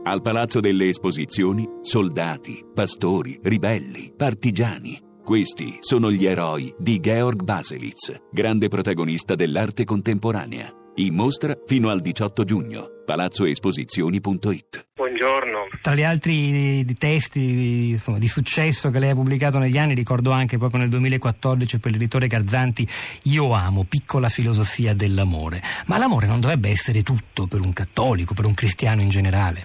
Al Palazzo delle Esposizioni, soldati, pastori, ribelli, partigiani. Questi sono gli eroi di Georg Baselitz, grande protagonista dell'arte contemporanea. In mostra fino al 18 giugno. palazzoesposizioni.it. Buongiorno. Tra gli altri testi di successo che lei ha pubblicato negli anni, ricordo anche proprio nel 2014 per l'editore Garzanti Io amo, piccola filosofia dell'amore. Ma l'amore non dovrebbe essere tutto per un cattolico, per un cristiano in generale?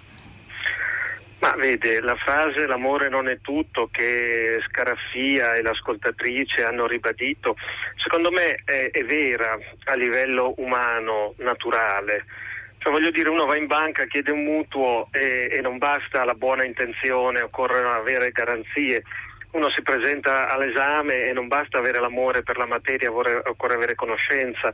Ma vede, la frase l'amore non è tutto che Scaraffia e l'ascoltatrice hanno ribadito, secondo me è vera a livello umano, naturale. Cioè, voglio dire, uno va in banca, chiede un mutuo e non basta la buona intenzione, occorrono avere garanzie. Uno si presenta all'esame e non basta avere l'amore per la materia, occorre avere conoscenza.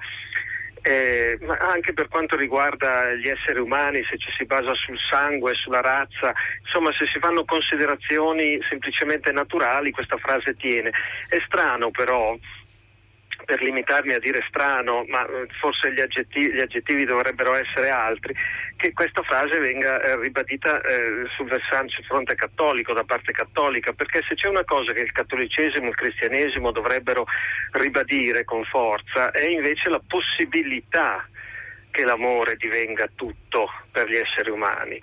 Ma anche per quanto riguarda gli esseri umani, se ci si basa sul sangue, sulla razza, insomma, se si fanno considerazioni semplicemente naturali, questa frase tiene. È strano però, per limitarmi a dire strano, ma forse gli aggettivi dovrebbero essere altri, che questa frase venga ribadita sul fronte cattolico, da parte cattolica, perché se c'è una cosa che il cattolicesimo e il cristianesimo dovrebbero ribadire con forza è invece la possibilità che l'amore divenga tutto per gli esseri umani.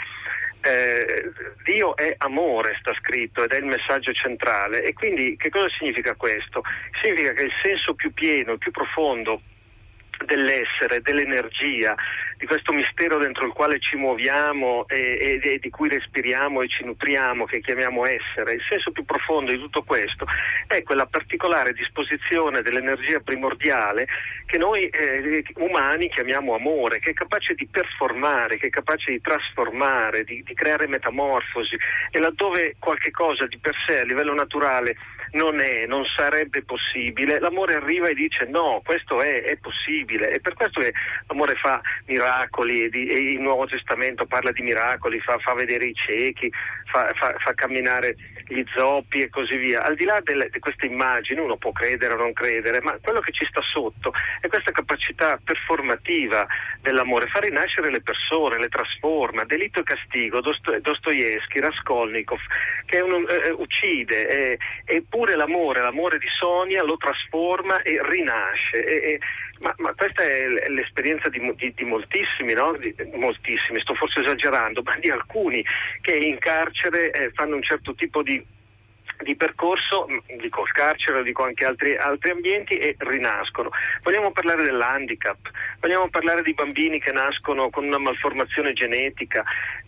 Dio è amore, sta scritto, ed è il messaggio centrale. E quindi che cosa significa questo? Significa che il senso più pieno, più profondo dell'essere, dell'energia, di questo mistero dentro il quale ci muoviamo e di cui respiriamo e ci nutriamo, che chiamiamo essere, il senso più profondo di tutto questo è quella particolare disposizione dell'energia primordiale che noi umani chiamiamo amore, che è capace di performare, che è capace di trasformare, di creare metamorfosi, e laddove qualche cosa di per sé a livello naturale non sarebbe possibile, l'amore arriva e dice no, questo è possibile, e per questo che l'amore fa miracoli, e il Nuovo Testamento parla di miracoli, fa vedere i ciechi, fa camminare gli zoppi e così via. Al di là di queste immagini, uno può credere o non credere, ma quello che ci sta sotto è questa capacità performativa dell'amore, fa rinascere le persone, le trasforma. Delitto e castigo, Dostoevskij, Raskolnikov, che uccide, eppure l'amore di Sonia lo trasforma e rinasce. Ma questa è l'esperienza di moltissimi, no? Moltissimi, sto forse esagerando, ma di alcuni che in carcere fanno un certo tipo di percorso, dico il carcere, lo dico anche altri ambienti, e rinascono. Vogliamo parlare dell'handicap, vogliamo parlare di bambini che nascono con una malformazione genetica.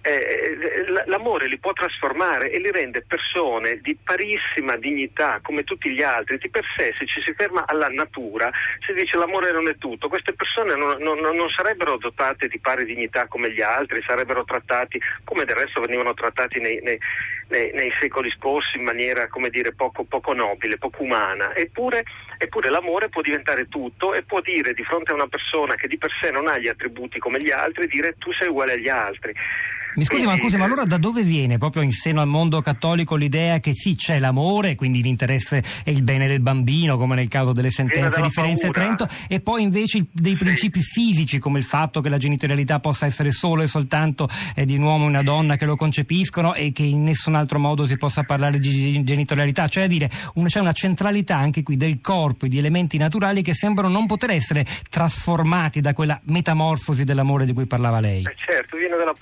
L'amore li può trasformare e li rende persone di parissima dignità come tutti gli altri. Di per sé, se ci si ferma alla natura, si dice l'amore non è tutto, queste persone non sarebbero dotate di pari dignità come gli altri, sarebbero trattati come del resto venivano trattati nei secoli scorsi, in maniera, come dire, poco nobile, poco umana. Eppure l'amore può diventare tutto, e può dire di fronte a una persona che di per sé non ha gli attributi come gli altri, dire tu sei uguale agli altri. Mi scusi, ma allora da dove viene proprio in seno al mondo cattolico l'idea che sì, c'è l'amore, quindi l'interesse e il bene del bambino, come nel caso delle sentenze di Firenze e Trento, e poi invece dei principi fisici, come il fatto che la genitorialità possa essere solo e soltanto di un uomo e una donna che lo concepiscono, e che in nessun altro modo si possa parlare di genitorialità, cioè a dire c'è una centralità anche qui del corpo e di elementi naturali che sembrano non poter essere trasformati da quella metamorfosi dell'amore di cui parlava lei. Certo, viene dalla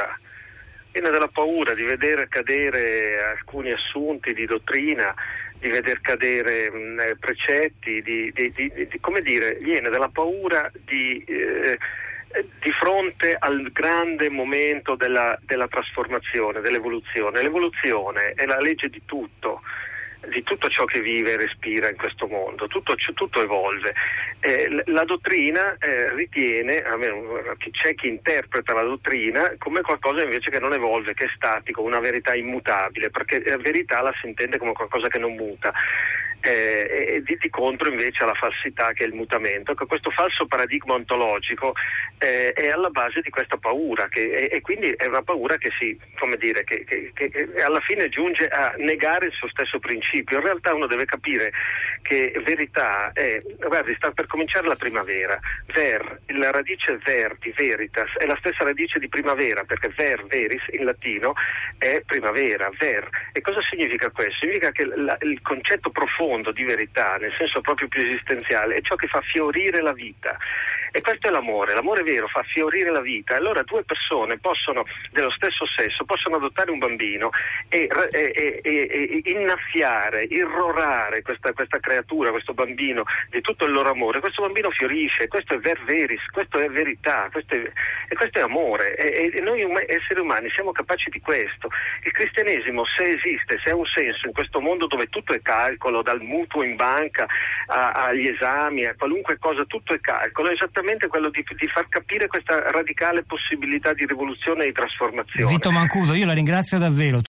paura di vedere cadere alcuni assunti di dottrina, di veder cadere precetti, come dire, viene dalla paura di fronte al grande momento della trasformazione, dell'evoluzione. L'evoluzione è la legge di tutto ciò che vive e respira in questo mondo, tutto evolve. La dottrina ritiene, c'è chi interpreta la dottrina come qualcosa invece che non evolve, che è statico, una verità immutabile, perché la verità la si intende come qualcosa che non muta. e di contro invece alla falsità che è il mutamento. Ecco, questo falso paradigma ontologico è alla base di questa paura e quindi è una paura che alla fine giunge a negare il suo stesso principio. In realtà uno deve capire che verità sta per cominciare la primavera. La radice ver di veritas è la stessa radice di primavera, perché veris in latino è primavera, ver. E cosa significa questo? Significa che il concetto profondo di verità, nel senso proprio più esistenziale, è ciò che fa fiorire la vita. E questo è l'amore vero fa fiorire la vita. Allora due persone dello stesso sesso possono adottare un bambino e innaffiare, irrorare questa creatura, questo bambino, di tutto il loro amore. Questo bambino fiorisce, questo è ver veris, questo è verità, questo è amore, e noi esseri umani siamo capaci di questo. Il cristianesimo, se esiste, se ha un senso in questo mondo dove tutto è calcolo, dal mutuo in banca agli esami, a qualunque cosa, tutto è calcolo, è esattamente quello di far capire questa radicale possibilità di rivoluzione e di trasformazione. Vito Mancuso, io la ringrazio davvero.